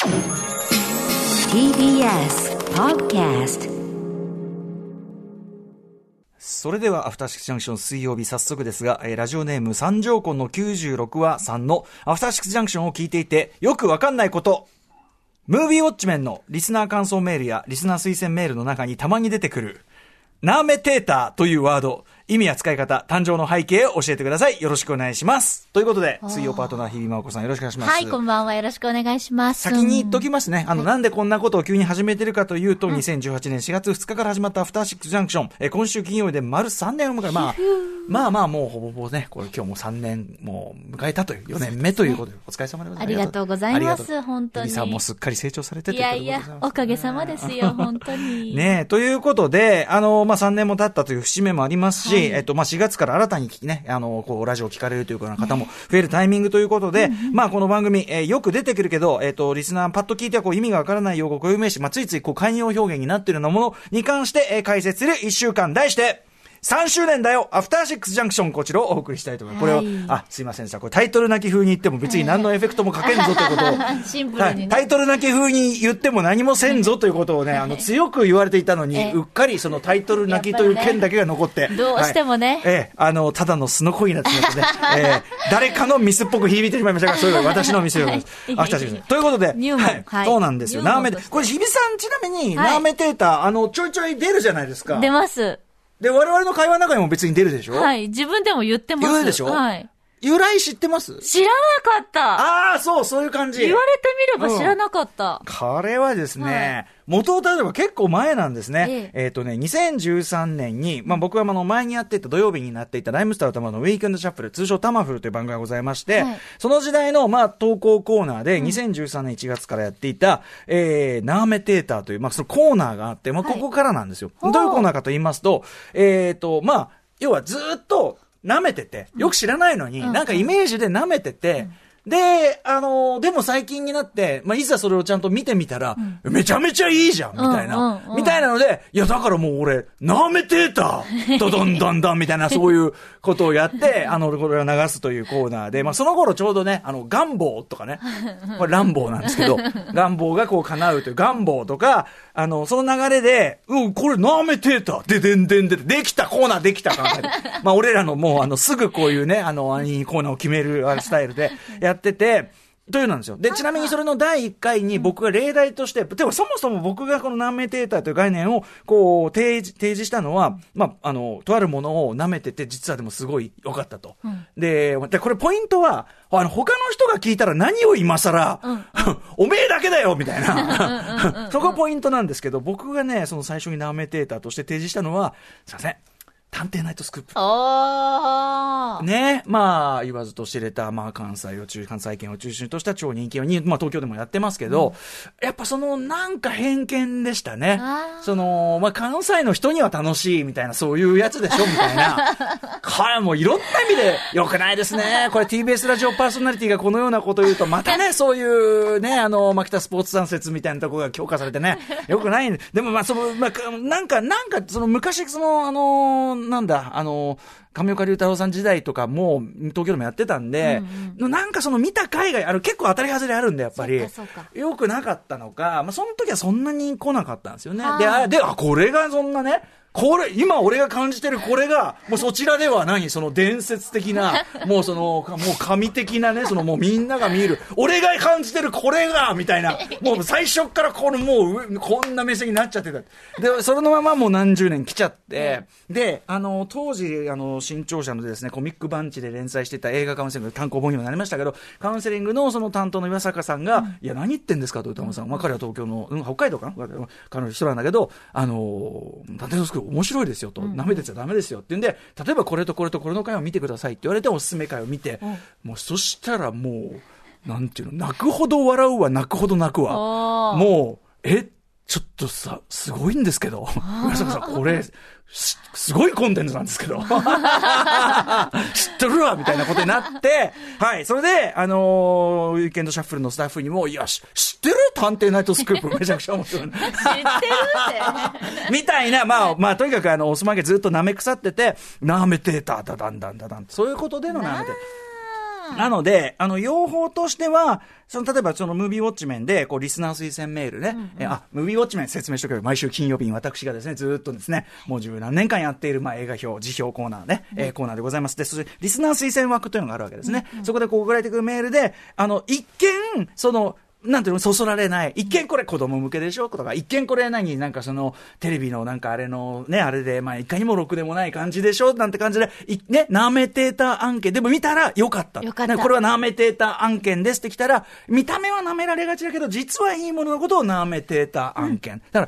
TBS Podcast。 それではアフターシックスジャンクション水曜日早速ですが、ラジオネーム三条根の96話さんのアフターシックスジャンクションを聞いていてよくわかんないこと。ムービーウォッチメンのリスナー感想メールやリスナー推薦メールの中にたまに出てくるナーメテーターというワード、意味や使い方、誕生の背景を教えてください。よろしくお願いします。ということで、水曜パートナー日比真央子さんよろしくお願いします。 はい、こんばんは。よろしくお願いします。 先に言っときますね。なんでこんなことを急に始めてるかというと、2018年4月2日から始まったアフターシックスジャンクション、今週金曜日で丸3年を迎え、まあもうほぼほぼね、これ今日も3年もう迎えたという、4年目ということで、お疲れ様でございます。 ありがとうございます。本当に。 日比さんもすっかり成長されてて、 いやいや、おかげさまですよ、本当に。 ね、ということで、3年も経ったという節目もありますし、4月から新たにね、こう、ラジオを聞かれるというような方も増えるタイミングということで、この番組、よく出てくるけど、リスナーパッと聞いてはこう意味がわからない用語、固有名詞、ついついこう慣用表現になっているようなものに関して、解説する1週間、題して、3周年だよアフターシックスジャンクション、こちらをお送りしたいと思います。これを、すいませんでした。これタイトル泣き風に言っても別に何のエフェクトもかけんぞということを、 シンプルにね、 タイトル泣き風に言っても何もせんぞということをね、強く言われていたのに、うっかりそのタイトル泣きという件だけが残って、 どうしてもね、 ただの素の恋になってしまってね、誰かのミスっぽく響いてしまいましたが、それが私のミスでございます。アフターシックス。ということで、そうなんですよ。ナーメ、これ日比さんちなみに、ナーメテータちょいちょい出るじゃないですか。 出ます。 で、我々の会話の中にも別に出るでしょ？ はい。自分でも言ってます。 言うでしょ？ はい。 由来知ってます？ 知らなかった。 そういう感じ。 言われてみれば知らなかった。 これはですね、元をたどれば結構前なんですね。2013年に、僕は前にやっていた土曜日になっていたライムスター歌丸のウィークエンドシャッフル、通称タマフルという番組がございまして、その時代の投稿コーナーで2013年1月からやっていた、ナーメテーターという、そのコーナーがあって、ここからなんですよ。どういうコーナーかと言いますと、要はずっと、舐めてて、よく知らないのに、なんかイメージで舐めてて、で、でも最近になって、いざそれをちゃんと見てみたら、めちゃめちゃいいじゃんみたいな。みたいなので、いや、だからもう俺、舐めてたドドンドンドンみたいな、そういうことをやって、これを流すというコーナーで、その頃ちょうどね、願望とかね、これ乱暴なんですけど、願望がこう叶うという願望とか、その流れで、これ舐めてたででんでんでできたコーナーできた考えて。俺らのもう、すぐこういうね、コーナーを決めるスタイルで、やってて、というなんですよ。で、ちなみにそれの第1回に僕が例題として、でもそもそも僕がこのナーメテーターという概念をこう提示したのは、とあるものを舐めてて、実はでもすごい良かったと。で、これポイントは、他の人が聞いたら何を今更、おめえだけだよみたいな。そこがポイントなんですけど、僕がね、その最初にナーメテーターとして提示したのは、すいません。探偵ナイトスクープ。ね。言わずと知れた、関西圏を中心とした超人気に、東京でもやってますけど、やっぱなんか偏見でしたね。関西の人には楽しいみたいな、そういうやつでしょみたいな。これもういろんな意味で良くないですね。これ TBS ラジオパーソナリティがこのようなことを言うと、またね、そういうね、牧田スポーツ団説みたいなところが強化されてね、良くないんで、でもなんか、昔、上岡龍太郎さん時代とかも東京でもやってたんで、なんか見た海外結構当たり外れあるんで、やっぱり良くなかったのか、その時はそんなに来なかったんですよね。で、これがそんなね、今俺が感じてるこれが、もうそちらではその伝説的な、もう神的なね、もうみんなが見える、俺が感じてるこれが、みたいな、もう最初からもう、こんな目線になっちゃってた。で、そのままもう何十年来ちゃって、で、当時、新潮社のですね、コミックバンチで連載してた映画カウンセリング、単行本にもなりましたけど、カウンセリングのその担当の岩坂さんが、いや、何言ってんですかと、歌丸さん。彼は東京の、北海道かな彼の人なんだけど、探偵のスクール面白いですよと、舐めてちゃダメですよって言うんで、例えばこれとこれとこれの回を見てくださいって言われて、おすすめ回を見て、もうそしたらもう、なんていうの、泣くほど笑うわ、泣くほど泣くわ。もう、ちょっとさ、すごいんですけど。岩坂さん、これ、すごいコンテンツなんですけど。知ってるわみたいなことになって、はい。それで、ウィーケンドシャッフルのスタッフにも、いや、知ってる探偵ナイトスクープめちゃくちゃ面白い。知ってるってみたいな、とにかくおすまげずっと舐め腐ってて、舐めてた、ダダンダンダダン。そういうことでの舐めて。 なので、用法としては、例えばそのムービーウォッチメンで、リスナー推薦メールね、ムービーウォッチメン説明しておけば、毎週金曜日に私がですね、ずーっとですね、もう十何年間やっている、映画表、辞表コーナーね、コーナーでございます。で、それリスナー推薦枠というのがあるわけですね。そこで送られてくるメールで、一見、なんていうの、そそられない。一見これ子供向けでしょとか、一見これテレビのあれのね、あれで、いかにもろくでもない感じでしょなんて感じで、ね、ナメテータ案件。でも見たらよかった。これはナメテータ案件ですってきたら、見た目は舐められがちだけど、実はいいもののことをナメテータ案件。だから、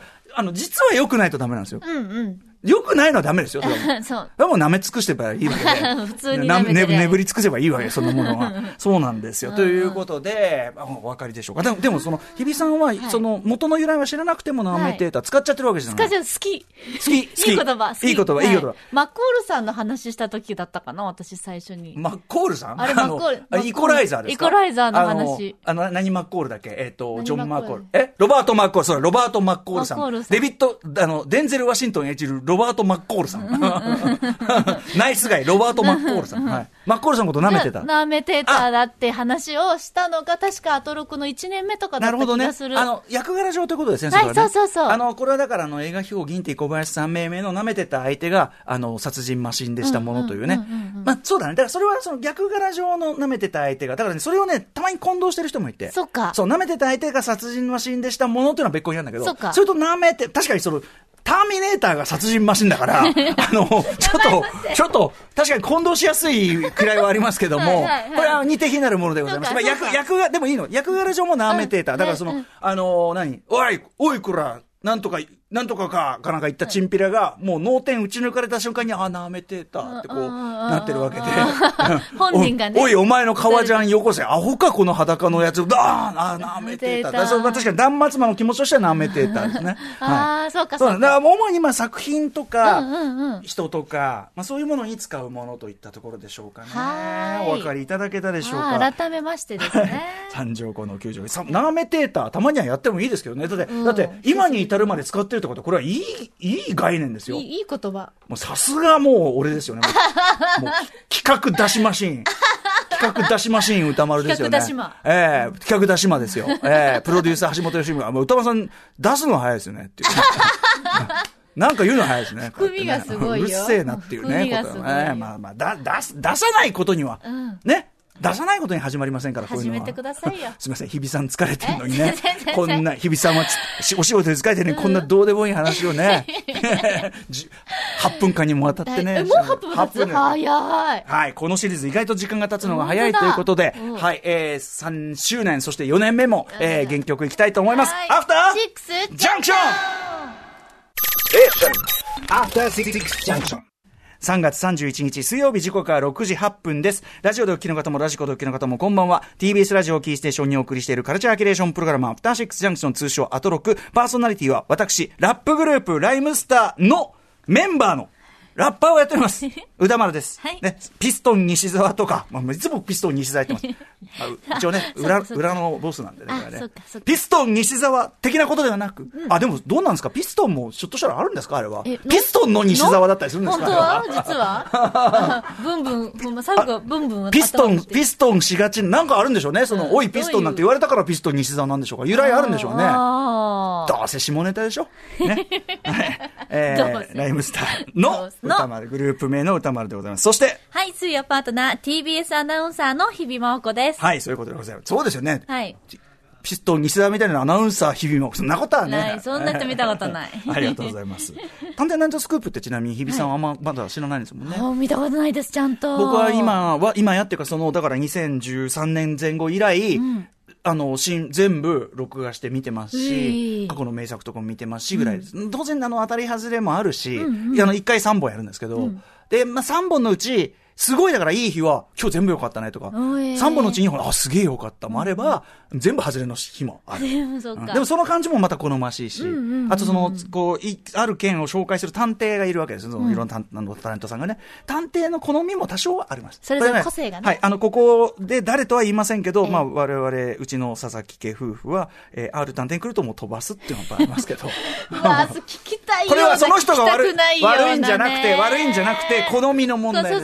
実は良くないとダメなんですよ。良くないのはダメですよ。そう。もう舐め尽くしてばいいわけで。 普通に眠り尽くせばいいわけ、そのものは。そうなんですよ。ということで、お分かりでしょうか。でも日比さんは、元の由来は知らなくても舐めてた、使っちゃってるわけじゃない。 使っちゃう、好き。いい言葉。 いい言葉。 マッコールさんの話した時だったかな、私最初に。 マッコールさんあれマッコール。 イコライザーですか？ イコライザーの話。 何マッコールだっけ？ジョン・マッコール。ロバート・マッコール。そう、ロバート・マッコールさん。デンゼル・ワシントン演じるロバート・マッコールさん。ナイスガイ、ロバート・マッコールさん。はい。マッコールさんのこと舐めてた。 舐めてただって話をしたのが、確かアトロクの1年目とかだった気がする。 なるほどね。役柄上ということですね、 はい、そう。 これはだから映画評銀って小林さん命名の舐めてた相手が、殺人マシンでしたものというね。そうだね。だからそれは逆柄上の舐めてた相手が、だからね、それをね、たまに混同してる人もいて。 そっか。 そう、舐めてた相手が殺人マシンでしたものというのは別個にあるんだけど、 そっか。 それと舐めて、確かにターミネーターが殺人マシンだから、ちょっと、確かに混同しやすいくらいはありますけども、これは似て非なるものでございます。役が、でもいいの。役柄上もナメテーター。だからおいこら、なんとかかなんか言ったチンピラが、もう脳天打ち抜かれた瞬間に、ナメテーターってなってるわけで。 本人がね。 おい、お前の革ジャンよこせ。アホか、この裸のやつ。ナメテーター。確かに断末魔の気持ちとしてはナメテーターですね。 そうか。 だから主に作品とか、人とか、そういうものに使うものといったところでしょうかね。お分かりいただけたでしょうか。 改めましてですね。 三条湖の球場。ナメテーター、たまにはやってもいいですけどね。だって、今に至るまで使ってるってことは、これはいい概念ですよ。 いい言葉。 もうさすがもう俺ですよね。もう企画出しマシーン。企画出しマシーン歌丸ですよね。企画出しマですよ。プロデューサー橋本良文が、歌丸さん出すの早いですよね。っていう。なんか言うの早いですね。 含みがすごいよ。 うるせえなっていうね。ことね。出さないことには、ね。出さないことに始まりませんから、こういうのは。 始めてくださいよ。 すみません、日比さん疲れてるのにね。こんな、日比さんはお仕事で疲れてるのに、こんなどうでもいい話をね、8分間にもわたってね。 もう8分経つ？早い。 はい、このシリーズ意外と時間が経つのが早いということで、はい、3周年、そして4年目も、原曲いきたいと思います。アフターシックスジャンクションアフターシックスジャンクション3月31日水曜日時刻は6時8分です。ラジオでお聞きの方もラジコでお聞きの方もこんばんは。 TBS ラジオキーステーションにお送りしているカルチャーキュレーションプログラムアフターシックスジャンクション、通称アトロク。パーソナリティは私ラップグループライムスターのメンバーのラッパーをやっております歌丸です、はいね、ピストン西澤とか、いつもピストン西澤やってます一応ね裏のボスなんでね、ピストン西澤的なことではなく、でもどうなんですか、ピストンもひょっとしたらあるんですか、あれはピストンの西澤だったりするんですか、 本当は実はブンブン最後ブンブンピストンしがちなんかあるんでしょうね、おいピストンなんて言われたからピストン西澤なんでしょうか、由来あるんでしょうね。どうせ下ネタでしょねライムスターの歌丸、グループ名の歌丸でございます。そしてはい、水曜パートナー TBS アナウンサーの日比真央子です。 はい、そういうことでございます。そうですよね、 はい、 ピストン西澤みたいなアナウンサー日比真央子、そんなことはね、 ない、そんな人見たことないありがとうございます探偵ナイトスクープってちなみに日比さんはまだ知らないんですもんね。 見たことないです、ちゃんと。 僕は今やっていうかだから2013年前後以来、全部録画して見てますし、過去の名作とかも見てますしぐらいです。当然当たり外れもあるし、1回3本やるんですけど、で、3本のうち、すごいだからいい日は、今日全部良かったねとか、3本のうち2本、すげえ良かったもあれば、全部外れの日もある。でもその感じもまた好ましいし、あとある件を紹介する探偵がいるわけです。いろんなタレントさんがね。探偵の好みも多少はあります。 それぞれ個性がね。 はい、ここで誰とは言いませんけど、我々、うちの佐々木家夫婦は、ある探偵に来るともう飛ばすっていうのがありますけど。 聞きたいような、 これはその人が悪いんじゃなくて、 好みの問題。 そう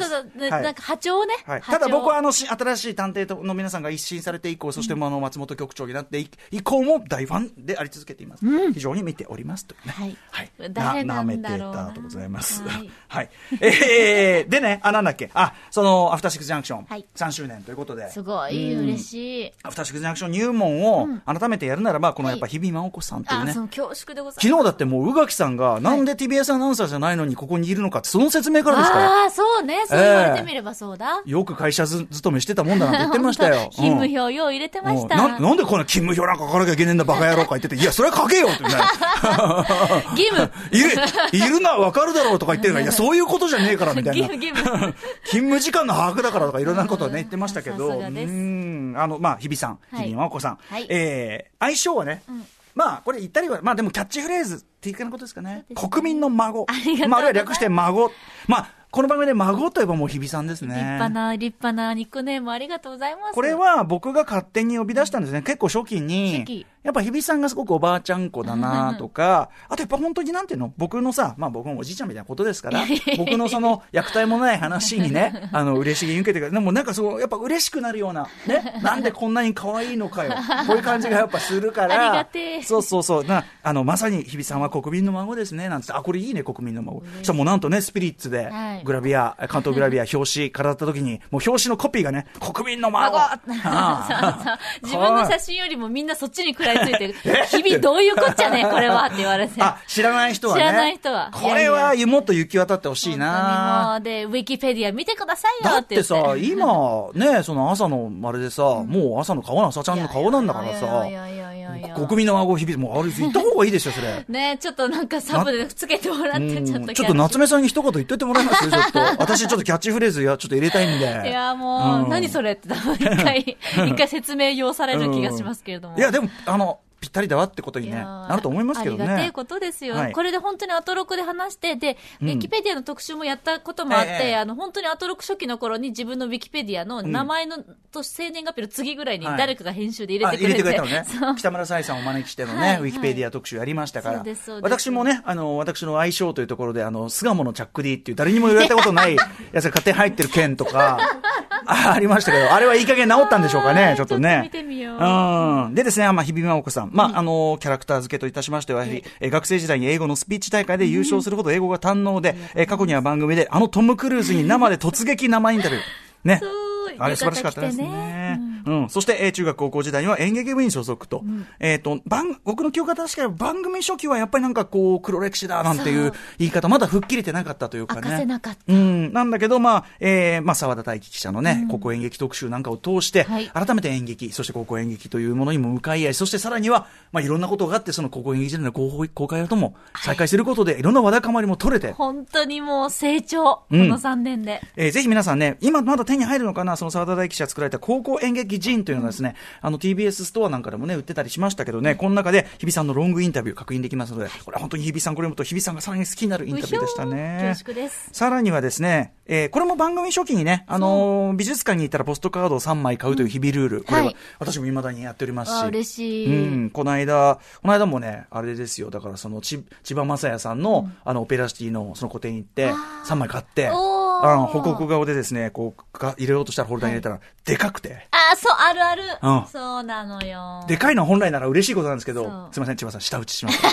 なんか波長ね。 ただ僕は新しい探偵の皆さんが一新されて以降、そして松本局長になって以降も大ファンであり続けています。非常に見ておりますというね。はい。 誰なんだろうな。 なめてたとございます。はい。でね、なんだっけ。その、アフターシックスジャンクション。3周年ということで。 すごい、嬉しい。 アフターシックスジャンクション入門を改めてやるならば、このやっぱ日比真央子さんというね。 恐縮でございます。 昨日だってもう宇垣さんが、なんで TBS アナウンサーじゃないのにここにいるのかって、その説明からですから。 そうね。そう言われてみればそうだ。 よく会社勤めしてたもんだなって言ってましたよ。 勤務表よう入れてました。 なんでこんな勤務表なんか書かなきゃいけねえんだバカ野郎か言ってて、いや、それは書けよってね。 義務。 いるのはわかるだろうとか言ってるから、いや、そういうことじゃねえからみたいな。 義務。 勤務時間の把握だからとかいろんなことをね、言ってましたけど、日比さん、日比真央子さん。相性はね、これ言ったりは、でもキャッチフレーズっていうことですかね。国民の孫。あるいは略して孫。この番組で孫といえばもう日比さんですね。 立派なニックネームありがとうございます。 これは僕が勝手に呼び出したんですね。結構初期に。やっぱ日比さんがすごくおばあちゃん子だなとか、あとやっぱ本当になんていうの、僕のさ、僕もおじいちゃんみたいなことですから、僕のその虐待もない話にね、嬉しげに受けてくれて、でもなんかそう、やっぱ嬉しくなるような、ね、なんでこんなに可愛いのかよ。こういう感じがやっぱするから。 ありがてえ。 そうまさに日比さんは国民の孫ですね、なんて、これいいね、国民の孫。そしたらもうなんとね、スピリッツで、グラビア、関東グラビア表紙からだった時に、もう表紙のコピーがね、国民の孫。 自分の写真よりもみんなそっちに食らいついてる。日々どういうこっちゃね、これはって言われて。 知らない人はね。 知らない人は。 これはもっと行き渡ってほしいな。 で、ウィキペディア見てくださいよって言って。だってさ、今、ね、その朝のあれでさ、もう朝の顔の朝ちゃんの顔なんだからさ、国民の孫日々、もう行った方がいいですよ、それ。 ね、ちょっとなんかサブでつけてもらって、ちょっと夏目さんに一言言っといてもらえますちょっと。私ちょっとキャッチフレーズちょっと入れたいんで。 いや、もう、何それって一回説明要される気がしますけれども。 いや、でも、ぴったりだわってことにね、なると思いますけどね。 ありがてえことですよ。これで本当にアトロクで話して、で、ウィキペディアの特集もやったこともあって、本当にアトロク初期の頃に自分のウィキペディアの名前の生年月日の次ぐらいに誰かが編集で入れてくれて。 入れてくれたのね。北村彩さんをお招きしてのね、ウィキペディア特集やりましたから。私もね、私の相性というところで、巣鴨のチャックディっていう誰にも言われたことないやつが勝手に入ってる件とか、ありましたけど、あれはいい加減治ったんでしょうかね、ちょっとね。 見てみよう。でですね、日比真央子さん。キャラクター付けといたしましては、学生時代に英語のスピーチ大会で優勝するほど英語が堪能で、過去には番組でトム・クルーズに生で突撃生インタビュー。ね。あれ素晴らしかったですね。そして、中学高校時代には演劇部に所属と。僕の記憶が確かに番組初期はやっぱりなんかこう、黒歴史だなんていう言い方、まだ吹っ切れてなかったというかね。 明かせなかった。 なんだけど、沢田大樹記者のね、高校演劇特集なんかを通して、改めて演劇、そして高校演劇というものにも向かい合い、そしてさらには、いろんなことがあって、その高校演劇時代の公開とも再開することで、いろんなわだかまりも取れて。 本当にもう成長、この3年で。 ぜひ皆さんね、今まだ手に入るのかな、その沢田大樹記者作られた高校演劇人というのがですね、TBS ストアなんかでもね、売ってたりしましたけどね、この中で日比さんのロングインタビュー確認できますので、これは本当に日比さん、これ読むと日比さんがさらに好きになるインタビューでしたね。 恐縮です。 さらにはですね、これも番組初期にね、美術館に行ったらポストカードを3枚買うという日々ルール。これは私も未だにやっておりますし。 嬉しい。 この間もね、あれですよ。だからその千葉雅也さんの、オペラシティのその個展に行って、3枚買って、報告顔でですね、こう、入れようとしたらホルダーに入れたら、でかくて。 そう、あるある。そうなのよ。 でかいのは本来なら嬉しいことなんですけど、すいません、千葉さん、舌打ちしました。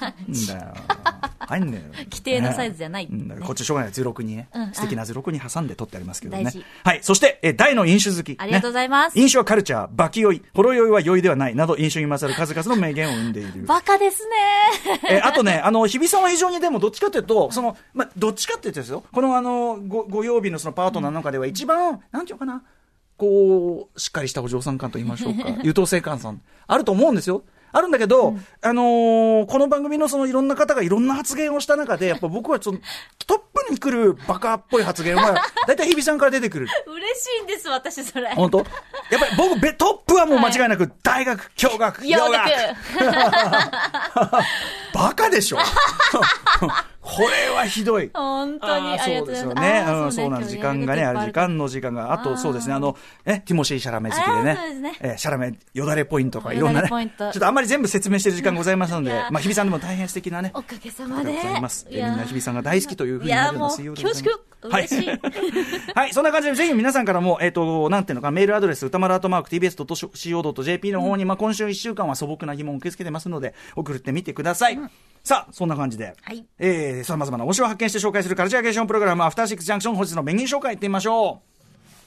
んだよ。入んねよ。 規定のサイズじゃない。 こっちしょうがない。図録にね、素敵な図録に挟んで撮ってありますけどね。はい。そして、大の飲酒好き。 ありがとうございます。 飲酒はカルチャー、バキ酔い、ほろ酔いは酔いではない、など飲酒に勝る数々の名言を生んでいる。 バカですね。あとね、日比さんは非常にでもどっちかというと、どっちかって言ってですよ。このご曜日のそのパートナーの中では一番、なんていうかな、こう、しっかりしたお嬢さん感と言いましょうか。優等生感さん。あると思うんですよ。あるんだけど、この番組のそのいろんな方がいろんな発言をした中で、やっぱ僕はトップに来るバカっぽい発言は、だいたい日比さんから出てくる。 嬉しいんです、私それ。 本当？やっぱり僕、トップはもう間違いなく、大学、教学、洋楽。バカでしょこれはひどい。 本当にありがとうございます。 そうなんです。時間がね、時間の時間が、あとそうですね、ティモシー・シャラメ好きでね、シャラメよだれポイントとかいろんなね、ちょっとあんまり全部説明してる時間ございますので、まあ日比さんでも大変素敵なね、 おかげさまで。 みんな日比さんが大好きというふうになるの水曜日でございます。 嬉しい。 はい、そんな感じでぜひ皆さんからもなんていうのかメールアドレス歌丸@tbs.co.jp の方に今週1週間は素朴な疑問を受け付けてますので送ってみてください。さあそんな感じで、さまざまな推しを発見して紹介するカルチャーケーションプログラムアフターシックスジャンクション、本日のメニュー紹介いってみましょう。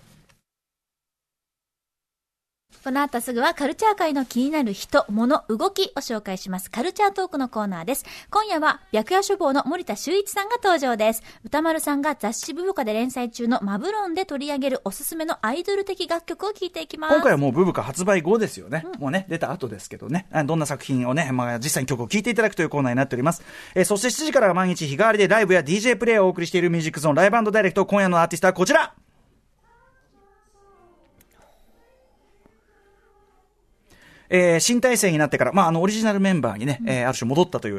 この後すぐはカルチャー界の気になる人、物、動きを紹介しますカルチャートークのコーナーです。今夜は白夜書房の森田修一さんが登場です。歌丸さんが雑誌ブブカで連載中のマブロンで取り上げるおすすめのアイドル的楽曲を聴いていきます。 今回はもうブブカ発売後ですよね、もうね出た後ですけどね、どんな作品をね、実際に曲を聴いていただくというコーナーになっております。そして7時からは毎日日替わりでライブや DJ プレイをお送りしているミュージックゾーンライブ&ダイレクト。今夜のアーティストはこちら、新体制になってから、オリジナルメンバーにね、ある種戻ったという、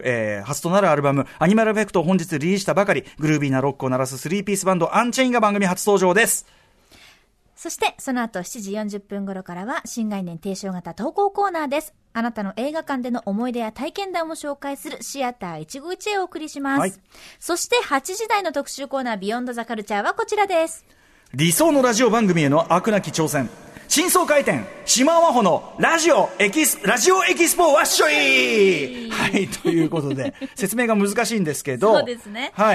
初となるアルバム、アニマルエフェクトを本日リリースしたばかり、グルービーなロックを鳴らす3ピースバンド、アンチェインが番組初登場です。 そして、その後7時40分頃からは、新概念提唱型投稿コーナーです。あなたの映画館での思い出や体験談を紹介するシアター一期一会をお送りします。そして8時台の特集コーナー、ビヨンドザカルチャーはこちらです。 理想のラジオ番組への飽くなき挑戦。新装開店、島真帆のラジオエキスポわっしょい。はい、ということで、説明が難しいんですけど。 そうですね。はい、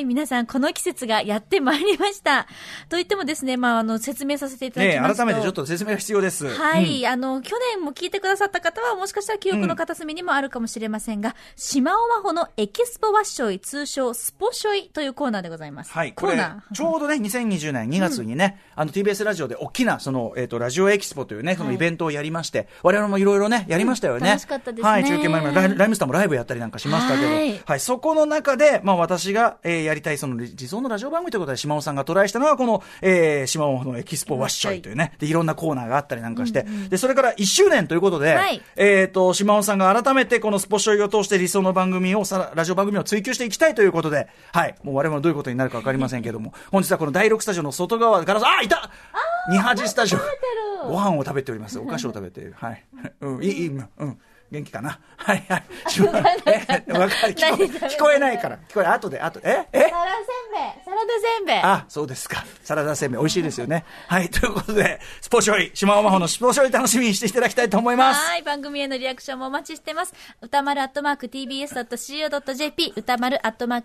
皆さん、この季節がやってまいりました。と言ってもですね、説明させていただきますと。 改めてちょっと説明が必要です。 はい、去年も聞いてくださった方は、もしかしたら記憶の片隅にもあるかもしれませんが、島尾真帆のエキスポわっしょい、通称スポショイというコーナーでございます。 はい、これ、ちょうどね、2020年2月にね、TBS ラジオで大きな、ラジオエキスポというね、そのイベントをやりまして、我々もいろいろね、やりましたよね。 楽しかったですね。 はい、中継前もライムスターもライブやったりなんかしましたけど、はい、そこの中で、私が、やりたいその理想のラジオ番組ということで、島尾さんがトライしたのが、この、島尾のエキスポワッショイというね、で、いろんなコーナーがあったりなんかして、で、それから1周年ということで、島尾さんが改めてこのスポショイを通して理想の番組を、ラジオ番組を追求していきたいということで、はい、もう我々もどういうことになるかわかりませんけども、本日はこの第6スタジオの外側から、いた二端スタジオ。ご飯を食べております。お菓子を食べている。はい。元気かな。はいはい。聞こえないから。聞こえない。後で。サラダせんべい。 あ、そうですか。サラダせんべい。美味しいですよね。はい。ということで、スポショイ、島尾真帆のスポショイ楽しみにしていただきたいと思います。 はい。番組へのリアクションもお待ちしてます。歌丸@tbs.co.jp、歌丸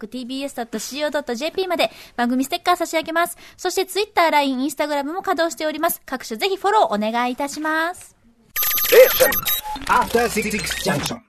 @tbs.co.jp まで番組ステッカー差し上げます。そしてツイッター、LINE、インスタグラムも稼働しております。各種ぜひフォローお願いいたします。 After 66 junction.